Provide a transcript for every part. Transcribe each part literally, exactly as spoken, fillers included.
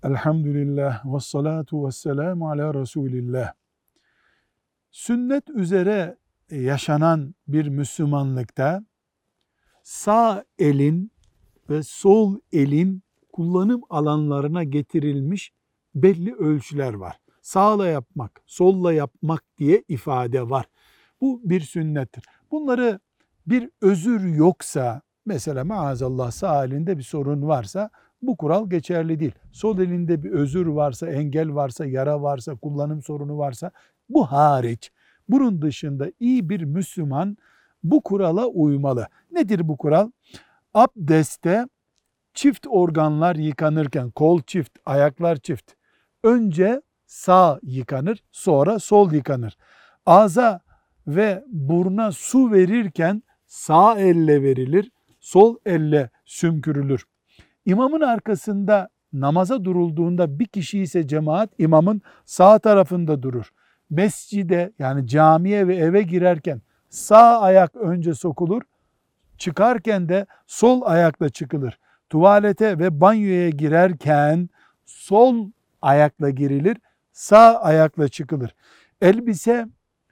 Elhamdülillah ve salatu ve selamu ala Resulillah. Sünnet üzere yaşanan bir Müslümanlıkta sağ elin ve sol elin kullanım alanlarına getirilmiş belli ölçüler var. Sağla yapmak, solla yapmak diye ifade var. Bu bir sünnettir. Bunları bir özür yoksa, mesela maazallah sağ elinde bir sorun varsa bu kural geçerli değil. Sol elinde bir özür varsa, engel varsa, yara varsa, kullanım sorunu varsa bu hariç. Bunun dışında iyi bir Müslüman bu kurala uymalı. Nedir bu kural? Abdestte çift organlar yıkanırken, kol çift, ayaklar çift. Önce sağ yıkanır, sonra sol yıkanır. Ağza ve buruna su verirken sağ elle verilir, sol elle sümkürülür. İmamın arkasında namaza durulduğunda bir kişi ise cemaat imamın sağ tarafında durur. Mescide yani camiye ve eve girerken sağ ayak önce sokulur, çıkarken de sol ayakla çıkılır. Tuvalete ve banyoya girerken sol ayakla girilir, sağ ayakla çıkılır. Elbise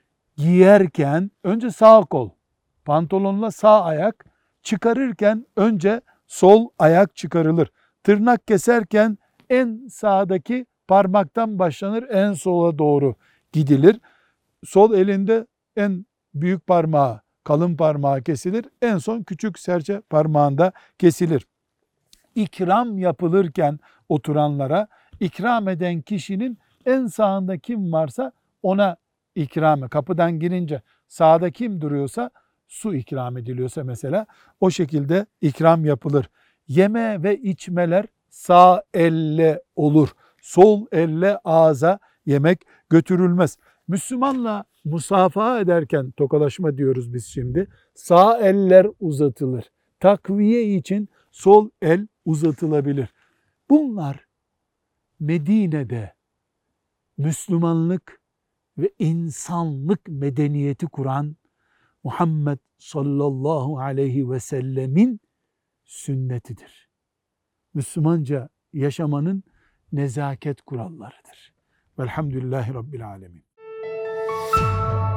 giyerken önce sağ kol, pantolonla sağ ayak, çıkarırken önce sol ayak çıkarılır. Tırnak keserken en sağdaki parmaktan başlanır, en sola doğru gidilir. Sol elinde en büyük parmağı, kalın parmağı kesilir. En son küçük serçe parmağında kesilir. İkram yapılırken oturanlara ikram eden kişinin en sağında kim varsa ona ikramı. Kapıdan girince sağda kim duruyorsa su ikram ediliyorsa mesela o şekilde ikram yapılır. Yeme ve içmeler sağ elle olur. Sol elle ağza yemek götürülmez. Müslümanla musafaha ederken tokalaşma diyoruz biz şimdi. Sağ eller uzatılır. Takviye için sol el uzatılabilir. Bunlar Medine'de Müslümanlık ve insanlık medeniyeti kuran Muhammed sallallahu aleyhi ve sellemin sünnetidir. Müslümanca yaşamanın nezaket kurallarıdır. Velhamdülillahi Rabbil alemin.